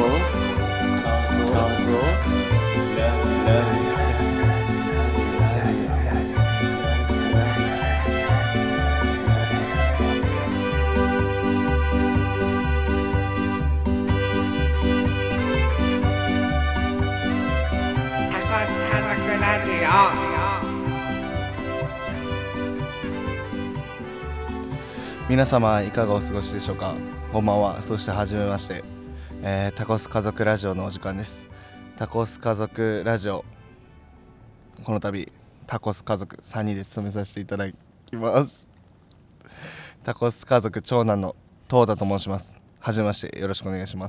ラジオ。皆様いかがお過ごしでしょうか。こんばんは。そしてはじめまして、タコス家族ラジオのお時間です。タコス家族ラジオ、この度タコス家族3人で務めさせていただきます。タコス家族長男のトータと申します。はじめまして、よろしくお願いします。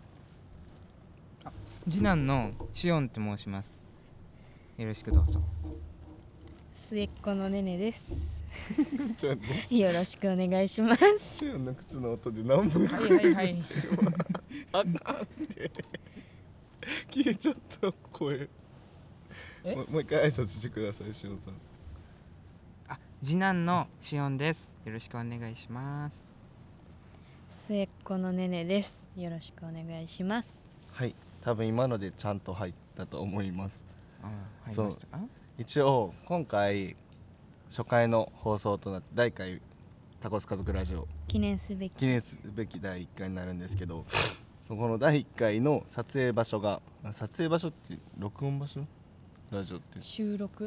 次男のシオンと申します。よろしくどうぞ。 末っ子のねねです。 ちょっとよろしくお願いします。 シオンの靴の音で何分かはいあかんって消えちゃった声。もう一回挨拶してください、シオンさん。 次男のシオンです。よろしくお願いします。 末っ子のねねです。よろしくお願いします。 はい、多分今のでちゃんと入ったと思います。 入りましたか？ 一応今回初回の放送となって第1回タコス家族ラジオ記念すべき第1回になるんですけど、そこの第1回の撮影場所が、撮影場所って録音場所、ラジオって収録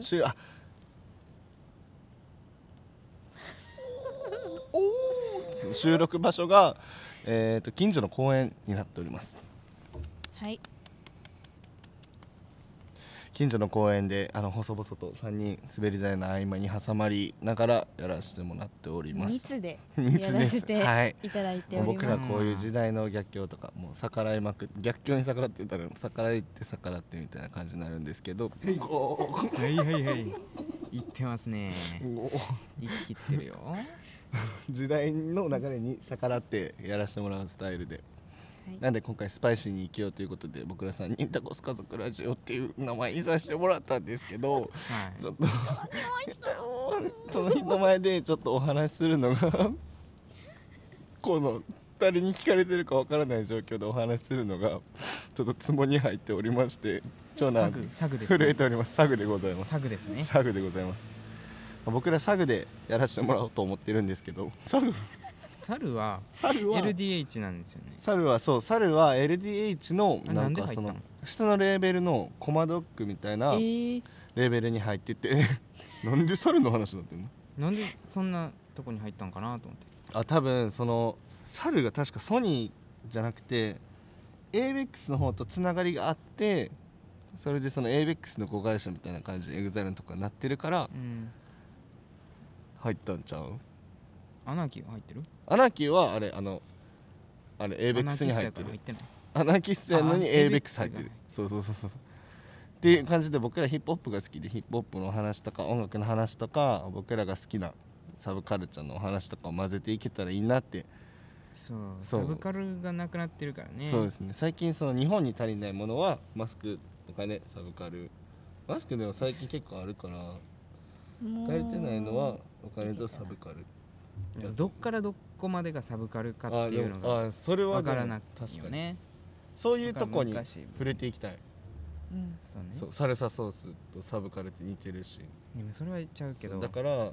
収録場所が、近所の公園になっております。 はい、 近所の公園で細々と3人滑り台の合間に挟まりながらやらせてもらっております。 密で密ですやらせてはいいただいております。 僕らこういう時代の逆境とかもう逆らいまくって逆境に逆らってたら逆らってみたいな感じになるんですけどはい言ってますね。言い切ってるよ。 時代の流れに逆らってやらせてもらうスタイルで、なんで今回スパイシーに生きようということで僕ら3人タコス家族ラジオっていう名前にさせてもらったんですけど、ちょっとその人前でちょっとお話しするのがこの誰に聞かれてるかわからない状況でお話しするのがちょっとツボに入っておりまして、長男サグですね。 震えております。サグでございます。 サグですね。 サグでございます。僕らサグでやらせてもらおうと思ってるんですけど、サルは LDH なんですよね。 サルは LDH のなんかそのなんで入ったの？ 下のレーベルのコマドックみたいなレーベルに入っててなんでサルの話になってんの？ なんでそんなとこに入ったんかなと思って。 多分そのサルが確かソニーじゃなくて ABEX の方とつながりがあって、それでその ABEX の子会社みたいな感じで EXILE のとかになってるから入ったんちゃう？ アナーキーは入ってる？ アナーキーはあれ ABEX に入ってる。アナーキストやのに ABEX 入ってる。そうっていう感じで、僕らヒップホップが好きでヒップホップの話とか音楽の話とか僕らが好きなサブカルチャーのお話とかを混ぜていけたらいいなって。 そうサブカルがなくなってるからね。 そうですね。最近その日本に足りないものはマスクとかね、サブカルマスクでも最近結構あるから足りてないのはお金とサブカル。 どっからどこまでがサブカルかっていうのがそれは分からなくてよね。 そういうとこに触れていきたい。 そうね。 サルサソースとサブカルって似てるし。 でもそれは言っちゃうけど。 だから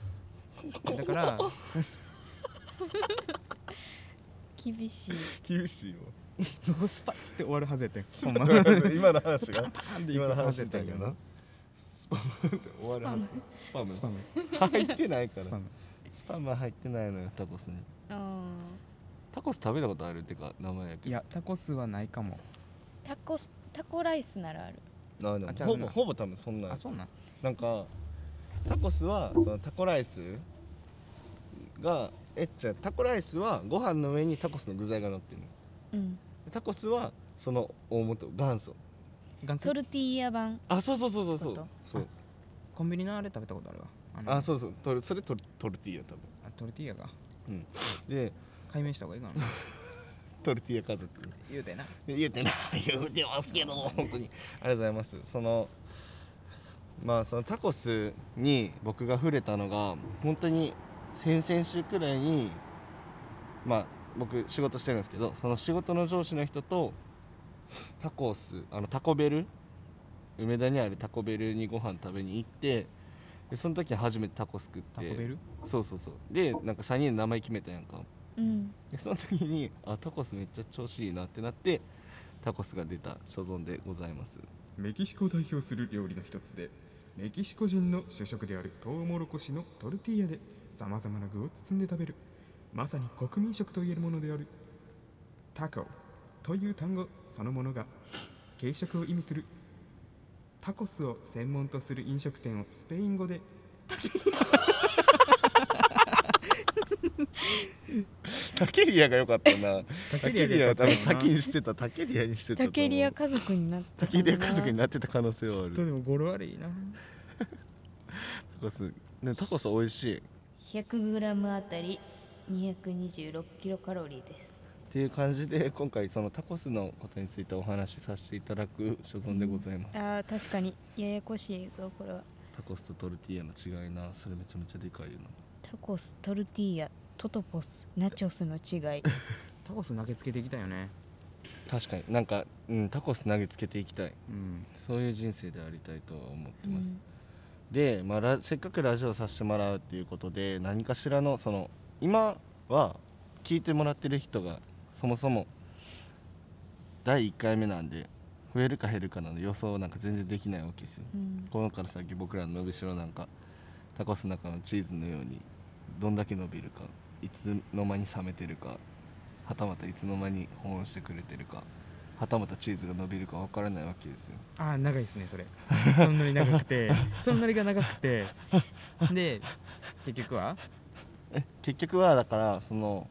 厳しいよ。 もうスパッて終わるはずやったよ。 今の話だけどな。スパムって終わるはず。スパム入ってないから。スパムは入ってないのよ、タコスに。タコス食べたことあるってか名前やけど。 いや、タコスはないかも。 タコライスならある。 ほぼ多分そんな。 そうなんかタコスはそのタコライスがタコライスはご飯の上にタコスの具材が乗ってるの。タコスはその大元元祖トルティーヤ版。 そうコンビニのあれ食べたことあるわ。 それトルティーヤ多分。 トルティーヤが。 で解明した方がいいかな。 トルティーヤ家族言うてますけど本当にありがとうございます。そのタコスに僕が触れたのが本当に先々週くらいに僕仕事してるんですけど、その仕事の上司の人とタコスタコベル、梅田にあるタコベルにご飯食べに行って、でその時に初めてタコス食って、 タコベルそうでなんか3人で名前決めたやんか。 うんでその時にタコスめっちゃ調子いいなってなってタコスが出た所存でございます。 メキシコを代表する料理の一つで、メキシコ人の主食であるトウモロコシのトルティーヤでさまざまな具を包んで食べる、まさに国民食といえるものである。タコという単語そのものが軽食を意味する。タコスを専門とする飲食店をスペイン語でタケリアが良かったな。 タタケリアは多分先にしてた、タケリアにしてたと思う。 タケリア家族になったタケリア家族になってた可能性はある。 とでも語呂悪いな。 タコスね、タコス美味しいっ 100g あたり226キロカロリーです。 ていう感じで、今回そのタコスのことについてお話しさせていただく所存でございます。 確かにややこしいぞこれは。 タコスとトルティーヤの違いな、それめちゃめちゃでかいよな。 タコス、トルティーヤ、トトポス、ナチョスの違い。 タコス投げつけていきたいよね。 確かになんか、タコス投げつけていきたい、 うんそういう人生でありたいとは思ってます、で、せっかくラジオさせてもらうっていうことで、何かしらのその今は聞いてもらってる人がそもそも第1回目なんで、増えるか減るかの予想なんか全然できないわけですよ、このから先僕らの伸びしろなんかタコスの中のチーズのようにどんだけ伸びるか、いつの間に冷めてるか、はたまたいつの間に保温してくれてるか、はたまたチーズが伸びるか分からないわけですよ。 ああ長いですねそれ。そんなに長くてそんなにが長くてで結局はだからその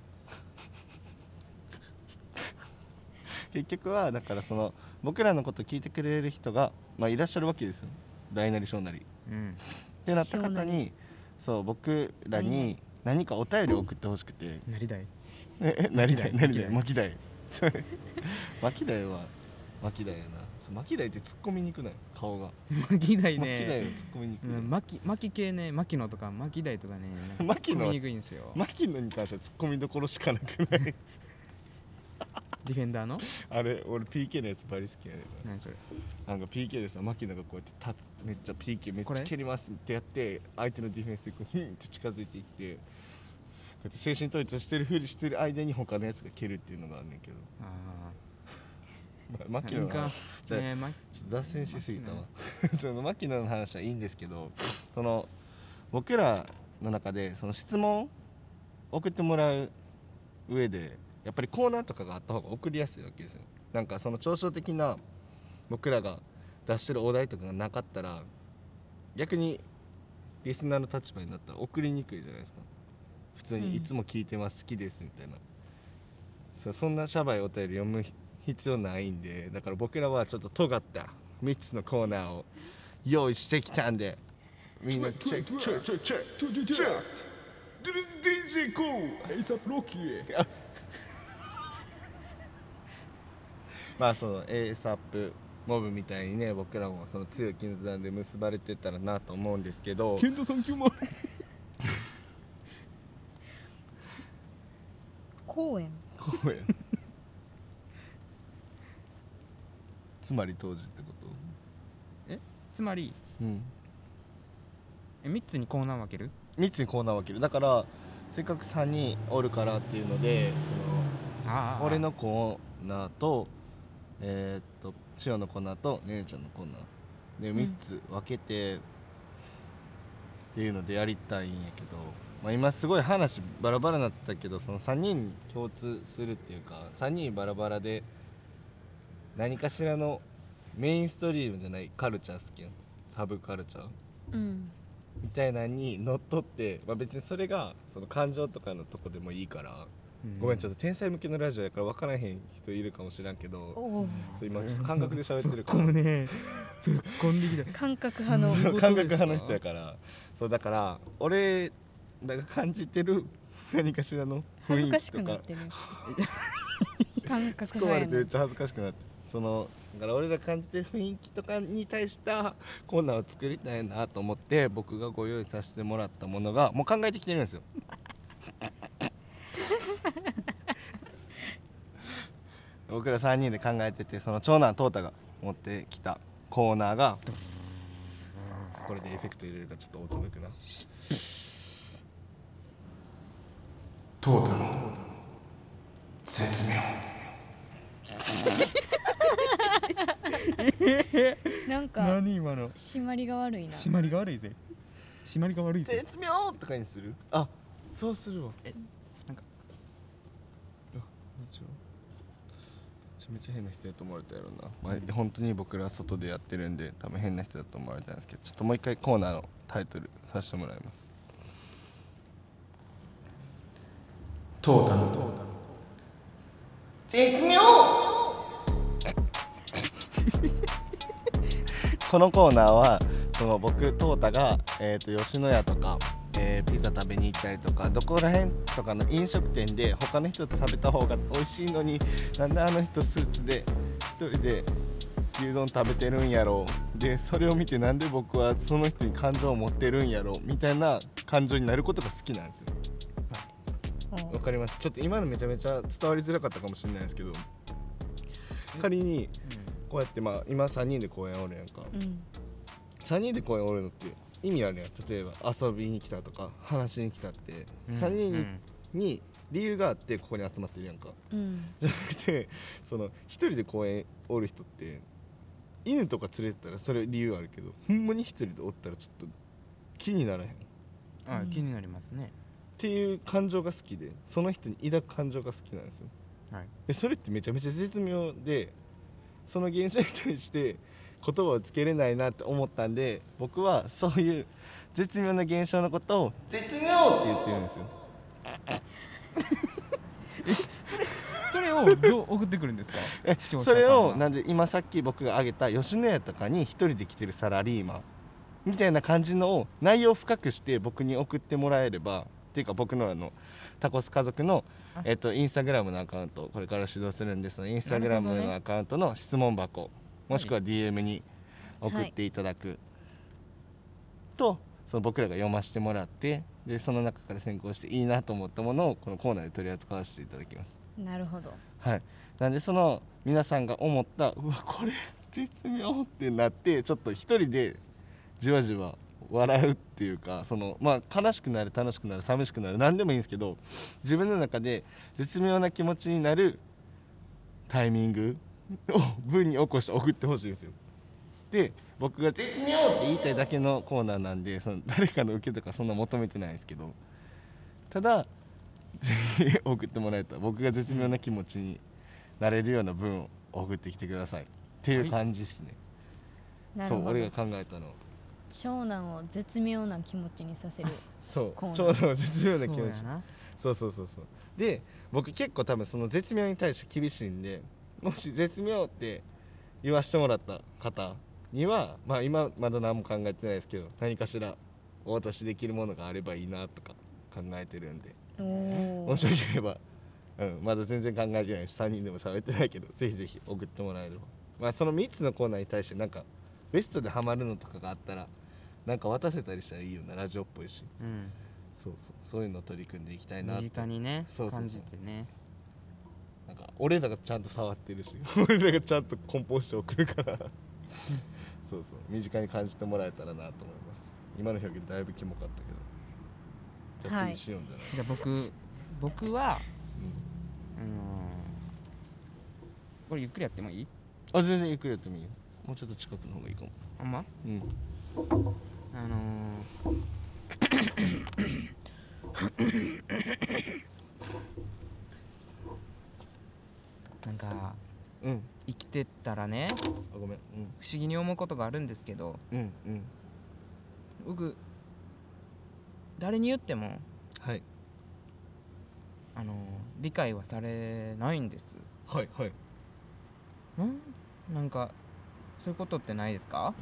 結局はだからその僕らのこと聞いてくれる人が、いらっしゃるわけですよ、大なり小なり。 うんってなった方に、そう僕らに何かお便りを送ってほしくて。 なりたいなりたい巻き台巻き台巻き台は巻き台やな。巻き台って突っ込みにくない顔が。 巻き台巻き台ね。 は突っ込みにくい、 巻き系ね、巻きのとか巻き台とかね、 巻きの突っ込みにくいんですよ。 巻きのに関しては突っ込みどころしかなくないディフェンダーのあれ俺 PK のやつバリ好きやねん。 何それ。 なんか PK でさ、牧野がこうやって立つ、めっちゃ PK めっこれちゃ蹴りますってやって相手のディフェンスにこうヒンって近づいていって、こうやって精神統一してるふりしてる間に他のやつが蹴るっていうのがあんねんけど、 あ牧野のなんかじゃあねちょっと脱線しすぎたわその牧野の話はいいんですけど、その僕らの中でその質問送ってもらう上でやっぱりコーナーとかがあった方が送りやすいわけですよ。なんかその抽象的な僕らが出してるお題とかがなかったら、逆にリスナーの立場になったら送りにくいじゃないですか。普通にいつも聞いてます、好きですみたいな、そんなシャバいお便り読む必要ないんで、だから僕らはちょっと尖った3つのコーナーを用意してきたんで、みんなチェックチェックチェックチェックチェック DJ コーエイサプロキーその ASAP モブみたいにね、僕らもその強い絆で結ばれてたらなと思うんですけど、 賢者さん9万公園。 こうやつまり当時ってこと？ つまり3つにコーナー分ける。 3つにコーナー分ける。だからせっかく3人おるからっていうので、その俺のコーナーと千代のコーナーとねねちゃんのコーナーで3つ分けてっていうのでやりたいんやけど、今すごい話バラバラになってたけど、その3人共通するっていうか、3人バラバラで何かしらのメインストリームじゃないカルチャー好きやん、サブカルチャーみたいなのにのっとって、別にそれがその感情とかのとこでもいいから、ごめんちょっと天才向けのラジオやから分からへん人いるかもしらんけど、そう今ちょっと感覚で喋ってるからぶっこんできた感覚派のそう感覚派の人やから、そうだから俺らが感じてる何かしらの恥ずか雰囲気とかしくなってる感覚突っ込まれ派やな。 てめっちゃ恥ずかしくなって、そのだから俺ら感じてる雰囲気とかに対したコーナーを作りたいなと思って、僕がご用意させてもらったものがもう考えてきてるんですよ僕ら3人で考えてて、その長男トータが持ってきたコーナーが、これでエフェクト入れるかちょっと音抜くな。トータの絶妙。 なんか何今の締まりが悪いな。 締まりが悪いぜ。締まりが悪いぜ。 絶妙とかにする？あ、そうするわ。 なんかめちゃめちゃ変な人やと思われたやろな。まあ、本当に僕ら外でやってるんで多分変な人だと思われたんですけど、ちょっともう一回コーナーのタイトルさせてもらいます。トータの絶妙。このコーナーはその僕トータが、吉野家とか、ピザ食べに行ったりとか、どこら辺とかの飲食店で他の人と食べた方が美味しいのに、なんであの人スーツで一人で牛丼食べてるんやろう、でそれを見てなんで僕はその人に感情を持ってるんやろうみたいな感情になることが好きなんですよ。わかります。ちょっと今のめちゃめちゃ伝わりづらかったかもしれないですけど、仮にこうやってまあ今3人で公園おるやんか、3人で公園おるのって意味あるやん。例えば遊びに来たとか話しに来たって、3人に理由があってここに集まってるやんか、じゃなくてその1人で公園おる人って犬とか連れてたらそれ理由あるけど、ほんまに1人でおったらちょっと気にならへん気になりますね。 っていう感情が好きで、その人に抱く感情が好きなんですよ。でそれってめちゃめちゃ絶妙で、その現象に対して言葉をつけれないなって思ったんで、僕はそういう絶妙な現象のことを絶妙って言ってるんですよ。 それをどう送ってくるんですか？ それをなんで今さっき僕が挙げた吉野家とかに一人で来てるサラリーマンみたいな感じのを内容を深くして僕に送ってもらえれば、っていうか僕のタコス家族のインスタグラムのアカウント、これから指導するんですが、インスタグラムのアカウントの質問箱もしくは DM に送っていただくと、その僕らが読ませてもらって、でその中から選考していいなと思ったものをこのコーナーで取り扱わせていただきます。 なるほど。 はい。なんでその皆さんが思ったうわこれ絶妙ってなって、ちょっと一人でじわじわ笑うっていうか、そのまあ悲しくなる楽しくなる寂しくなる何でもいいんですけど、自分の中で絶妙な気持ちになるタイミングを文に起こして送ってほしいんですよ。で僕が絶妙って言いたいだけのコーナーなんで、その誰かの受けとかそんな求めてないんですけど、ただぜひ送ってもらえたら僕が絶妙な気持ちになれるような文を送ってきてくださいっていう感じですね。そう俺が考えたの。 長男を絶妙な気持ちにさせるそうコーナー。 長男を絶妙な気持ち。 そうそうで僕結構多分その絶妙に対して厳しいんで、もし絶妙って言わせてもらった方にはまあ今まだ何も考えてないですけど、何かしらお渡しできるものがあればいいなとか考えてるんで、もしよければ、まだ全然考えてないし3人でも喋ってないけど、ぜひぜひ送ってもらえれば、まあその3つのコーナーに対してなんかベストでハマるのとかがあったらなんか渡せたりしたらいいよな、ラジオっぽいし、そういうのを取り組んでいきたいなって。 身近にねそう感じてね、 なんか俺らがちゃんと触ってるし俺らがちゃんと梱包して送るからそう身近に感じてもらえたらなと思います。今の表現だいぶキモかったけど、じゃあ次しようんじゃない。 じゃあ僕はこれゆっくりやってもいい？ あ、全然ゆっくりやってもいいよ。もうちょっと近くの方がいいかも。 ほんま？なんか生きてったらね、 ごめん、 不思議に思うことがあるんですけど、僕誰に言っても理解はされないんです。なんかそういうことってないですか？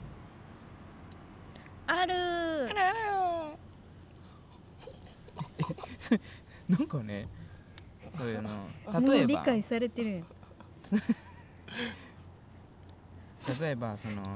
あるーなんかね、そういうのもう例えば理解されてるやん。 例えばその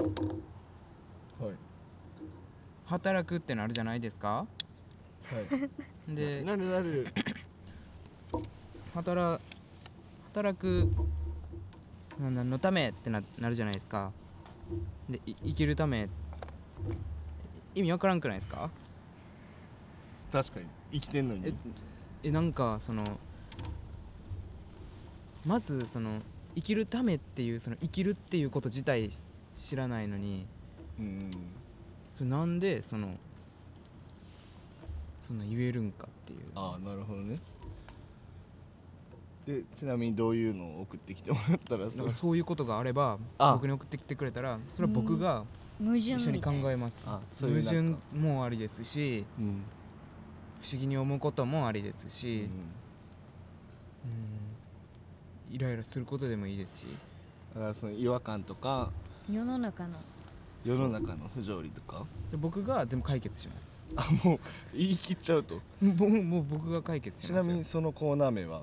働くってのあるじゃないですか。でなる働く何のためってなるじゃないですか。で生きるため意味わからんくないですか？ 確かに生きてんのに。 なんかそのまずその生きるためっていうその生きるっていうこと自体知らないのに、それなんでそんな言えるんかっていう。 ああなるほどね。でちなみにどういうのを送ってきてもらったらなんかそういうことがあれば僕に送ってきてくれたらそれは僕が矛盾一緒に考みたいな。 えます。 そういう矛盾もありですし、 うん不思議に思うこともありですし、イライラすることでもいいですし、 だからその違和感とか世の中の世の中の不条理とかで僕が全部解決します。 もう言い切っちゃうと。 もう僕が解決しちますよ。 なみにそのコーナー名は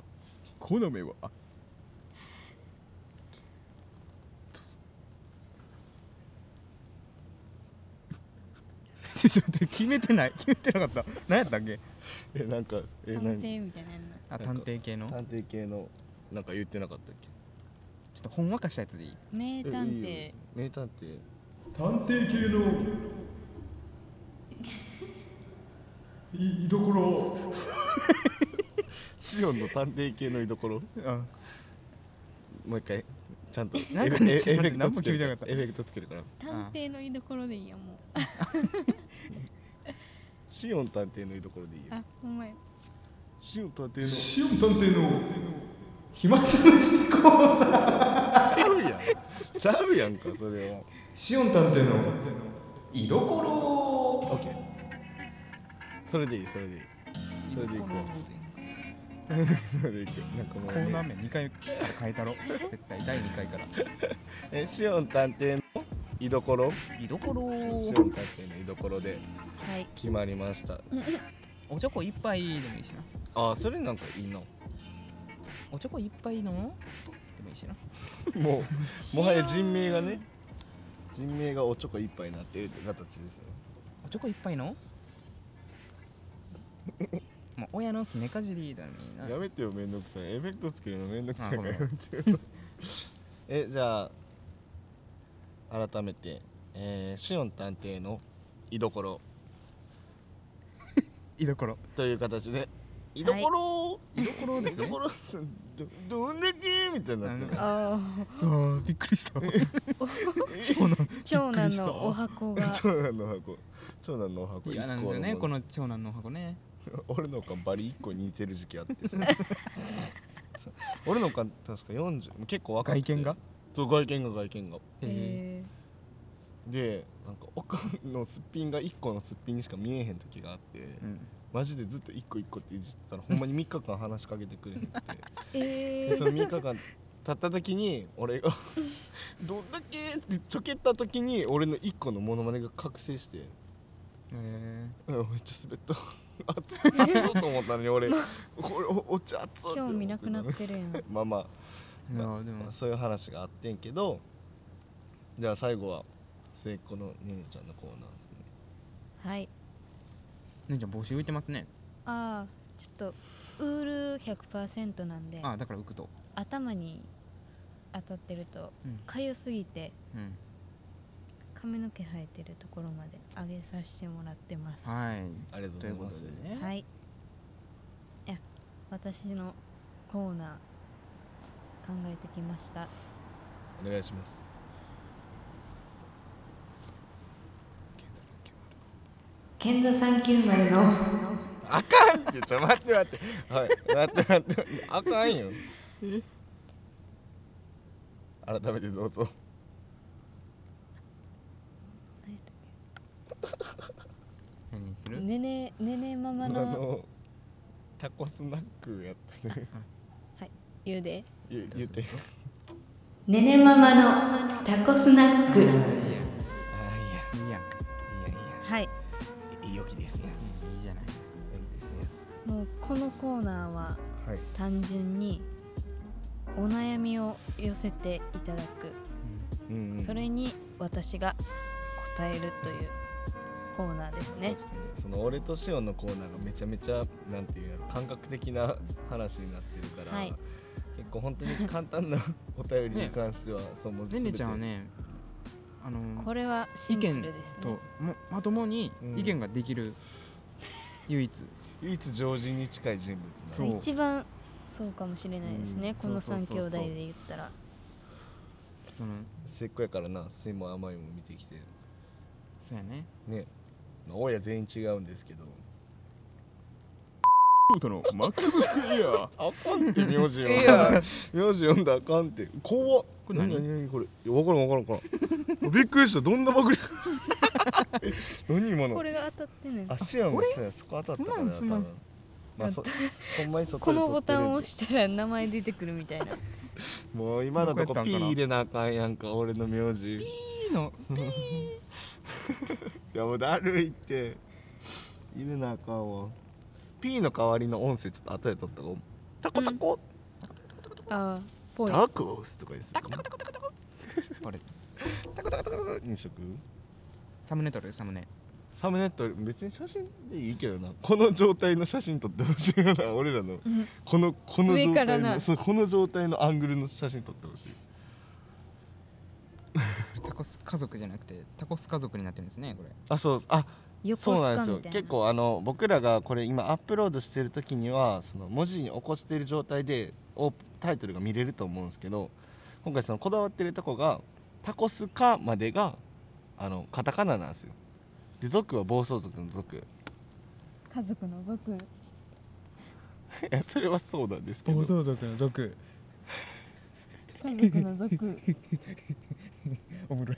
ちょっと決めてなかった。何やったっけ？ なんか探何偵みたいなの。 あ、探偵系の探偵系のなんか言ってなかったっけ？ ちょっとほんわかしたやつでいい？ 名探いいよ偵。 名探偵探偵系の居所。 シオンの探偵系の居所。 あ、 もう一回ちゃんとエフなんかェちょっと待ってク何もトつける決めてなかったエフェクトつけるから。 探偵の居所でいいやもう。 シオン探偵の居所でいいよ。 あ、ほんまや。 シオン探偵のシオン探偵の暇つぶし講座。 ちゃうやんかそれは。 シオン探偵の居所。 オッケー。それでいいそれでいい。それでいこう。それでいこう。なんかもうコーナー名2回から変えたろ。絶対第2回からシオン探偵の居所。 居所。 シオン探偵の居所ではい。 決まりました。 おちょこ一杯でもいいしな。 あ、それなんかいいな。 おちょこ一杯のでもいいしな。 もはや人名がね、人名がおちょこ一杯になっているって形ですよ。 おちょこ一杯のもう親のすねかじりだねな。 やめてよ、めんどくさい。エフェクトつけるのめんどくさいあごめんからやめてよ。じゃあ改めて、シオン探偵の居所居所。 という形で居所、 居所ですね。 居所どんだけみたいになってる。 ああ、びっくりした。 長男のお箱が。 長男の箱いやなんだよね、この長男のお箱ね。 俺のおかんバリ1個似てる時期あってさそう俺のおかん確か40結構若くて外見がそう外見がえでなんかおかんのすっぴんが1個のすっぴんにしか見えへん時があって、マジでずっと1個1個っていじったらほんまに3日間話しかけてくれへんくてでその3日間経った時に俺がどんだけってちょけった時に俺の1個のモノマネが覚醒してめっちゃ滑った熱っと思ったのに俺これお茶熱っって興味なくなってるやん。 まあまあいやでもそういう話があってんけど、じゃあ最後は末っ子のねねちゃんのコーナーですね。 はい。 ねじゃん帽子浮いてますね。 ああ、ちょっとウール 100% なんであ、だから浮くと。 頭に当たってるとうんかゆすぎてうん。 髪の毛生えてるところまで上げさせてもらってます。 はい。 ありがとうございます。 ということでね。 はい。いや、私のコーナー考えてきました。 お願いします。 ケンザ390のあかんって待ってはい待ってあかんよ。改めてどうぞ。 何にする？ ねねママのタコスナックやったね。 言うで。 言って。 ねねママのタコスナック。 いいやん。 いやはい。 いい良きですね。 いいじゃない。 良きですね。 もうこのコーナーははい。 単純にお悩みを寄せていただく、それに私が答えるというコーナーですね。 確かにその俺とシオンのコーナーがめちゃめちゃなんていうやろ感覚的な話になってるから、 はい結構本当に簡単なお便りに関しては、そうもうレネちゃんはねこれはシンプルですね。 そうまともに意見ができる、唯一常人に近い人物なそう一番そうかもしれないですね、この3 そうそうそうそう兄弟で言ったら。 そのせっこやからな、酸いも甘いも見てきてそうやね。 ね、まあ、親全員違うんですけどとのマックスエアあかんって名字いや名字読んだらあかんって怖っ。 これ何何これ、いや分からんびっくりした、どんな爆力何今のこれが当たってんねん。 足やもんさ、そこ当たったからなすまん多分まあほんまにそこのボタンを押ししたら名前出てくるみたいな。 もう今のとこどこやったんかなピー入れなあかんやんか、俺の名字いいのいやもうだるいって入れなあかんわ。 P の代わりの音声ちょっと後で取った方がタコタコ、 ああぽい。 タコスとかですよ、 これタコタコタコタコにしとく。 サムネ撮るサムネ。 サムネット別に写真でいいけどな、この状態の写真撮ってほしいよな、俺らのこの上状態からなのそうこの状態のアングルの写真撮ってほしい。 タコス家族じゃなくてタコス家族になってるんですねこれ。 あ、そうあ横そう須なんですよ。 賀みたいな。 結構僕らがこれ今アップロードしてる時にはその文字に起こしている状態でタイトルが見れると思うんですけど、今回そのこだわってるとこがタコスカまでがカタカナなんですよ。で族は暴走族の族家族の族。 いやそれはそうなんですけど、 走族の族。 家族の族。 おもろい。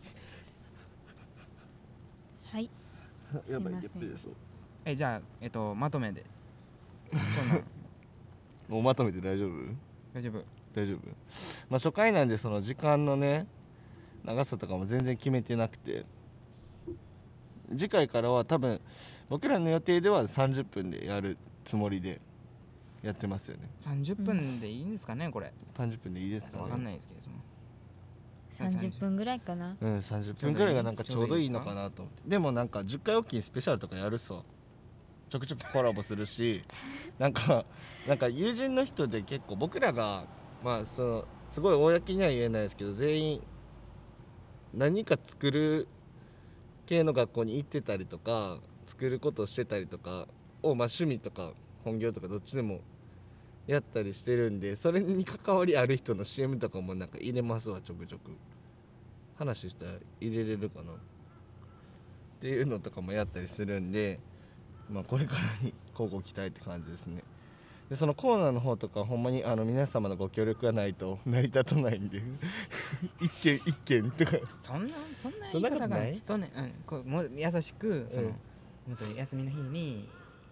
はい。 やばい、やっすいませんべえ、そうじゃあまとめで。そんなもうまとめて大丈夫大丈夫。 大丈夫。まあ初回なんでその時間のね長さとかも全然決めてなくて、次回からは多分僕らの予定では30分でやるつもりでやってますよね。 30分でいいんですかねこれ。 30分でいいですかね。 わかんないですけど。 30分ぐらいかな。 うん、30分くらいがなんかちょうどいいのかなと思って。でもなんか10回おきにスペシャルとかやるっすわ。ちょくちょくコラボするしなんか友人の人で結構僕らがまあすごい公には言えないですけど、全員何か作る系の学校に行ってたりとか作ることをしてたりとかを、まあ、趣味とか本業とかどっちでもやったりしてるんで、それに関わりある人の CM とかもなんか入れますわ。ちょくちょく話したら入れれるかなっていうのとかもやったりするんで、まあこれからに乞うご期待って感じですね。でそのコーナーの方とかほんまに皆様のご協力がないと成り立たないんで一件とかそんなそんなこと言い方がないそんな、こうもう優しくその、 うんもっと休みの日に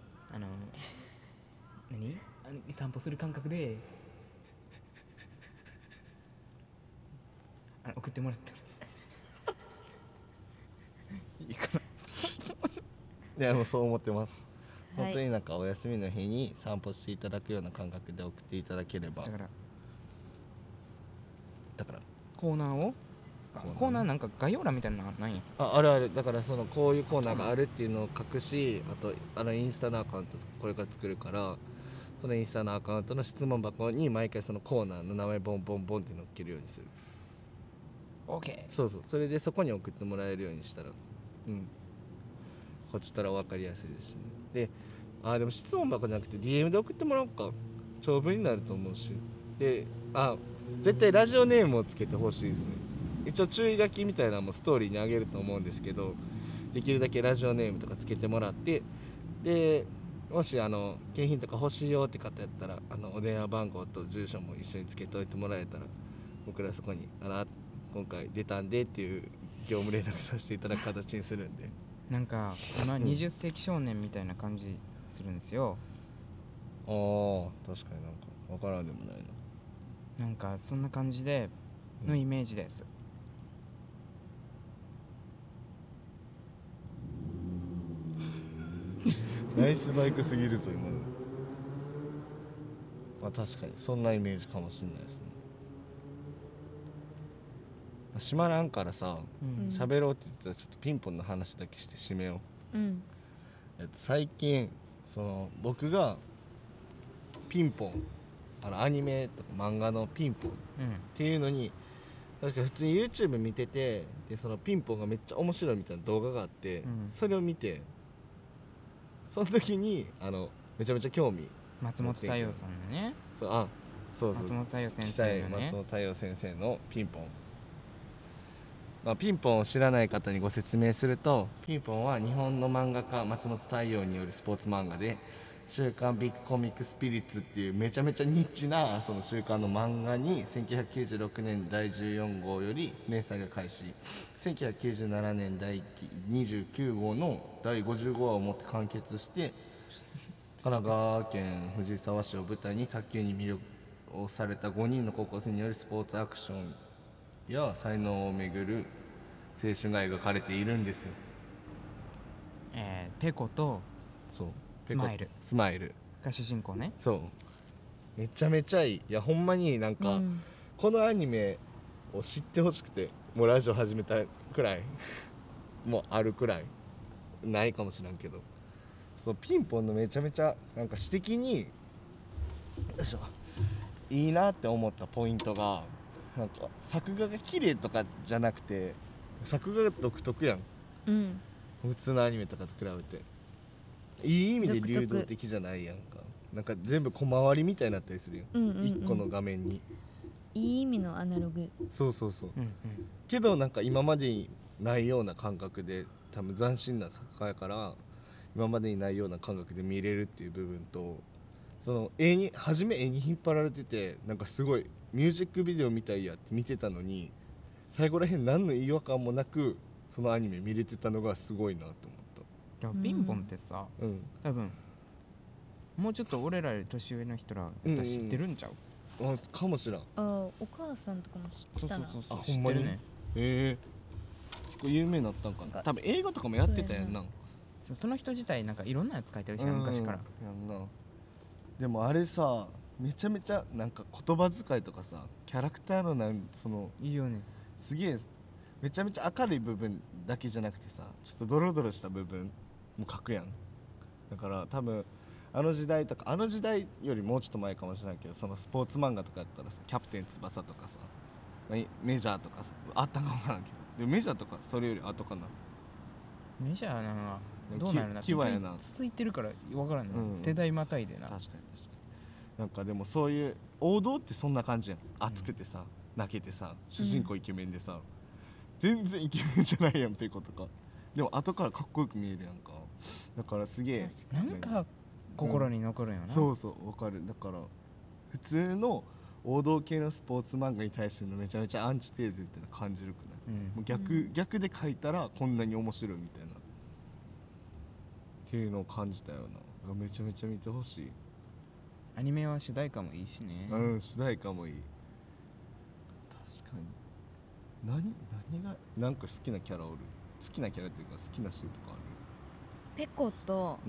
散歩する感覚で送ってもらったらいいかな。 いやもうそう思ってます、 はい本当になんかお休みの日に散歩していただくような感覚で送っていただければ。 だからコーナーコーナーなんか概要欄みたいなのないんや。 あるある。だからこういうコーナーがあるっていうのを書くし、あとインスタのアカウントこれから作るから、そのインスタのアカウントの質問箱に毎回そのコーナーの名前ボンボンボンって載っけるようにする。 OK。 そうそれでそこに送ってもらえるようにしたらこっちたら分かりやすいですしね。ででも質問箱じゃなくて DM で送ってもらおうか。長文になると思うし、で絶対ラジオネームをつけてほしいですね。一応注意書きみたいなのもストーリーにあげると思うんですけど、できるだけラジオネームとかつけてもらって、でもし景品とか欲しいよって方やったらお電話番号と住所も一緒につけておいてもらえたら、僕らそこに今回出たんでっていう業務連絡させていただく形にするんで。 なんか今20世紀少年みたいな感じするんですよ。 確かになんか分からんでもないな。 なんかそんな感じでのイメージです。 ナイスバイクすぎるぞ今の。まあ確かにそんなイメージかもしれないですね。閉まらんからさ、喋ろうって言ったらちょっとピンポンの話だけして締めよう。最近僕がピンポンアニメとか漫画のピンポンっていうのに確か普通に YouTube 見ててでそのピンポンがめっちゃ面白いみたいな動画があって、それを見てその時にめちゃめちゃ興味松本太陽さんのねそう松本太陽先生のね松本太陽先生のピンポン、ピンポンを知らない方にご説明するとピンポンは日本の漫画家松本太陽によるスポーツ漫画で週刊ビッグコミックスピリッツっていうめちゃめちゃニッチなその週刊の漫画に1996年第14号より連載が開始1997年第29号の第55話をもって完結して神奈川県藤沢市を舞台に卓球に魅了された5人の高校生によるスポーツアクションや才能をめぐる青春が描かれているんですよ。 ペコとそうスマイルが主人公ね。 そうめちゃめちゃいい。いやほんまになんか、このアニメを知ってほしくてもうラジオ始めたくらいもうあるくらいないかもしれんけどそのピンポンのめちゃめちゃなんか詩的にいいなって思ったポイントがなんか作画が綺麗とかじゃなくて作画が独特やん、普通のアニメとかと比べていい意味で流動的じゃないやんか。なんか全部小回りみたいになったりするよ、一個の画面にいい意味のアナログ。 そう、けどなんか今までにないような感覚で多分斬新な作家やから今までにないような感覚で見れるっていう部分とその初め絵に引っ張られててなんかすごいミュージックビデオみたいやって見てたのに最後らへん何の違和感もなくそのアニメ見れてたのがすごいなと思った。 ピンポンってさ、多分もうちょっと俺らより年上の人ら知ってるんちゃう、 かもしらん。 お母さんとかも知ってたな。 そうほんまにね。結構有名になったんかな。多分映画とかもやってたやんな。 その人自体なんかいろんなやつ書いてるしな、昔から。 やんな。でもあれさめちゃめちゃなんか言葉遣いとかさキャラクターのそのいいよね。 すげえめちゃめちゃ明るい部分だけじゃなくてさちょっとドロドロした部分も書くやん。だから多分あの時代とかあの時代よりもうちょっと前かもしれないけどそのスポーツ漫画とかやったらさキャプテン翼とかさメジャーとかさあったかもわからんけどでメジャーとかそれより後かな。 メジャーなのはどうなるな。続いてるから分からんね、世代またいでな。 確かになんかでもそういう王道ってそんな感じやん。熱くてさ泣けてさ主人公イケメンでさ、全然イケメンじゃないやんっていうことか。でも後からかっこよく見えるやんか。だからすげえなんか心に残るんよな、 そうわかる。だから普通の王道系のスポーツ漫画に対してのめちゃめちゃアンチテーゼみたいな感じるくない、もう逆で書いたらこんなに面白いみたいなっていうのを感じたよな。めちゃめちゃ見てほしい。 アニメは主題歌もいいしね。 主題歌もいい。確かに何がなんか好きなキャラおる。好きなキャラっていうか好きなシーンとかある。 ペコと、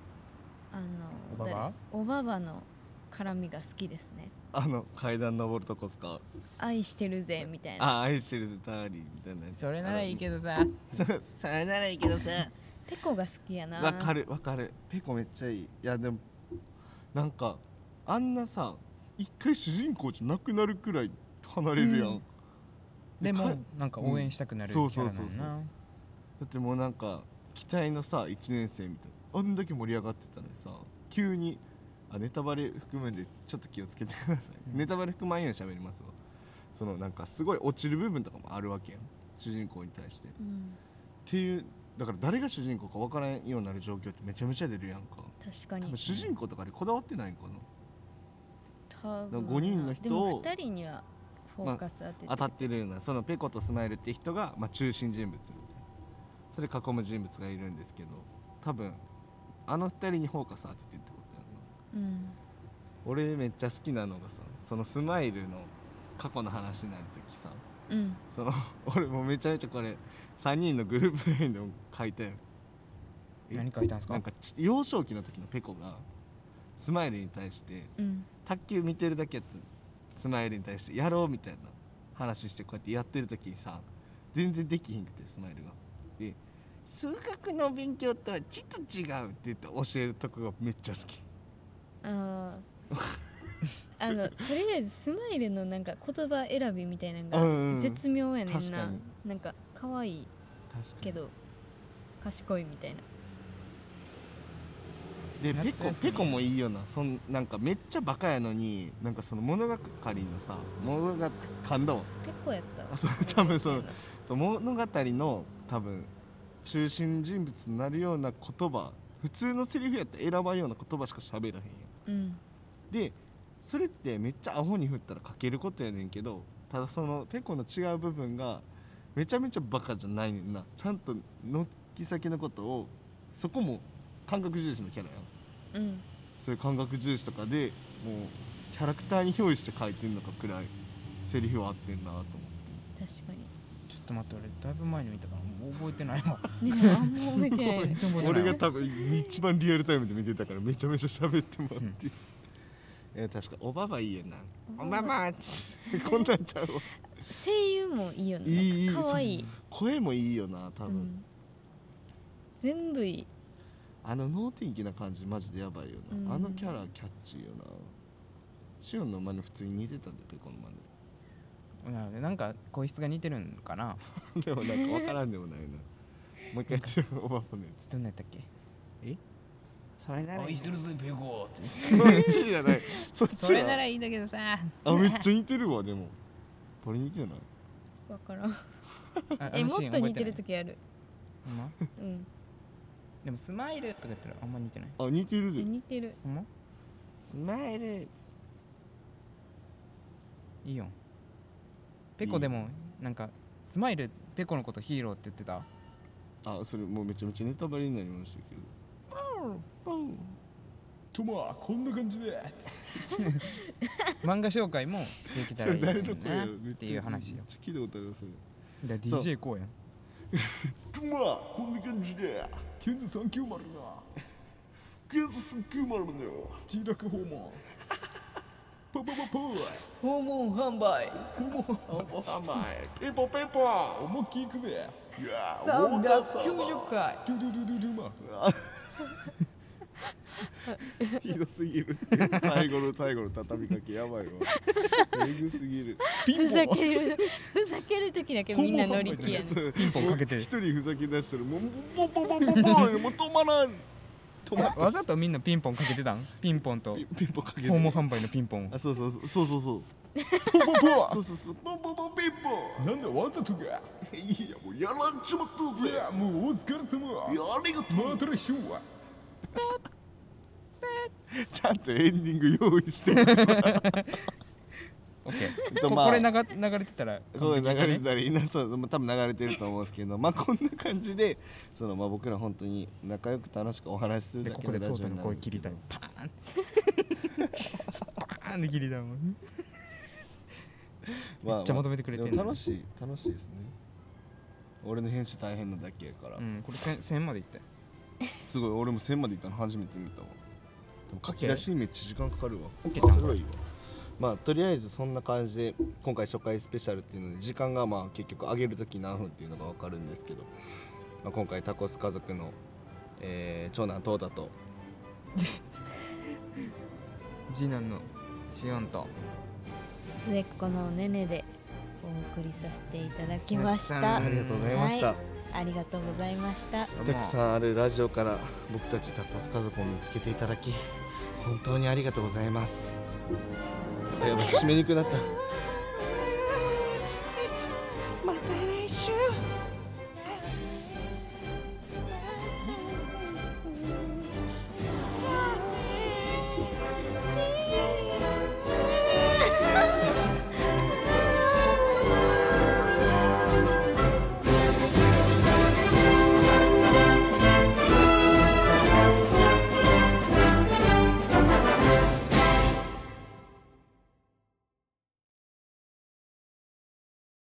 おばばの絡みが好きですね。 階段登るとこっすか。 愛してるぜみたいな。 愛してるぜターリーみたいな。 それならいいけどさそれならいいけどさペコが好きやな。 わかるペコめっちゃいい。いやでもなんかあんなさ一回主人公じゃなくなるくらい離れるやん、 でもなんか応援したくなるキャラなんな。 だってもうなんか期待のさ1年生みたいなあんだけ盛り上がってたのにさ急にネタバレ含むんでちょっと気をつけてください、ネタバレ含まんように喋りますわ。そのなんかすごい落ちる部分とかもあるわけやん主人公に対して、っていうだから誰が主人公か分からんようになる状況ってめちゃめちゃ出るやんか。 確かに。 多分主人公とかにこだわってないんかな。 多分 5人の人をでも2人にはフォーカス当たってるようなそのペコとスマイルって人が、中心人物みたいなそれ囲む人物がいるんですけど多分あの2人にフォーカス当ててるってことやな、俺めっちゃ好きなのがさそのスマイルの過去の話になるときさ、その俺もめちゃめちゃこれ3人のグループ LINE でも書いたよ。 何書いたんですか。 なんか幼少期の時のペコがスマイルに対して、卓球見てるだけやったスマイルに対してやろうみたいな話してこうやってやってる時にさ全然できひんくてスマイルがで数学の勉強とはちょっと違うって言って教えるとこがめっちゃ好き。 とりあえずスマイルのなんか言葉選びみたいなのが絶妙やねんな。 確かになんか可愛い確かにけど賢いみたいな。 で夏休みペコもいいよな。なんかめっちゃバカやのになんかその物語のさ感動ペコやったわ。 そう多分そう物語の多分中心人物になるような言葉、普通のセリフやったら選ばんような言葉しか喋らへんやん。 うんでそれってめっちゃアホに振ったら書けることやねんけど、ただそのペコの違う部分がめちゃめちゃバカじゃないねんな。ちゃんとのっき先のことを、そこも感覚重視のキャラやん。 うんそういう感覚重視とかでもうキャラクターに憑依して書いてんのかくらいセリフは合ってんなと思って。 確かに。 ちょっと待って、俺だいぶ前に見たからもう覚えてないわ。 ねあんま覚えてないね。 全然覚えてないわ俺が多分一番リアルタイムで見てたからめちゃめちゃ喋ってもらって、確かおばばいいよな。おばばこんなんちゃうわ。 声優もいいよね。 いい可愛い。 声もいいよな多分、 うん全部いい。 能天気な感じマジでやばいよな、 うんキャラキャッチーよな。シオンの真似普通に似てたんでペコの真なるほどね、なんか声質が似てるんかな。 似でもなんか分からんでもないな。もう一回やってよおばばのやつ。 どんなやったっけ。 それな愛するぜペコって。 そっちじゃない。そっちはそれならいいんだけどさ。 めっちゃ似てるわ。でもこれ似てない。 わからん。 あもっと似てる時。 時ある。 ほんま。 うんでもスマイルとか言ったらあんま似てない。 似てるで。 似てる。 ほんま。 スマイル。 いいよ。ペコでもなんかスマイルペコのことヒーローって言ってた。 それもうめちゃめちゃネタバレになりましたけど。 とまこんな感じで漫画紹介もできたそらいいなれ誰の声やろ。 っていう話よめっ。ちゃ聞いたことあるそれ。 だから DJ こうやん。 こんな感じで。 ケンズ390なケンズ390の自宅訪問パパパパ訪問販売。 おはまい。ピンポンピンポン。 思いっきりいくぜいや 390回。 ドゥドゥドゥドゥドゥマひどすぎる。最後の畳みかけやばいわ。えぐすぎる。 ふざける時だけみんな乗り気やね。 ピンポンかけてる一人ふざけ出したらもうポンポンポンポンポンもう止まらん。止まわざとみんなピンポンかけてたん。ピンポンとピンポンかけて。 訪問販売のピンポンを。 そう。 ポポポそうポンポンポンピンポン。 なんだわざとかいやもうやらんちまったぜ。 いやもうお疲れ様いやありがとう。 また来週はちゃんとエンディング用意してる。 オッケー。 とまあこれ流れてたらこれ流れてね。 たりそう多分流れてると思うんですけど、こんな感じで僕ら本当に仲良く楽しくお話しするでだけのここでトータラジオになるルの声切りたい。パーン。パーンで切りたいもん。めっちゃ求めてくれてるでも楽しいですね。俺の編集大変なだけやから、 うんこれ1000までいって。 すごい俺も1000までいったの初めて見たわ。でも書き出しにめっちゃ時間かかるわ。 OK すごいわ。とりあえずそんな感じで今回初回スペシャルっていうので時間が結局上げるとき何分っていうのが分かるんですけど、今回タコス家族の、長男トータと次男のシオンと末っ子のねねでお送りさせていただきました。 ありがとうございました、 はいありがとうございました。 たくさんあるラジオから僕たちタコス家族を見つけていただき本当にありがとうございます。やばい締めにくくなった。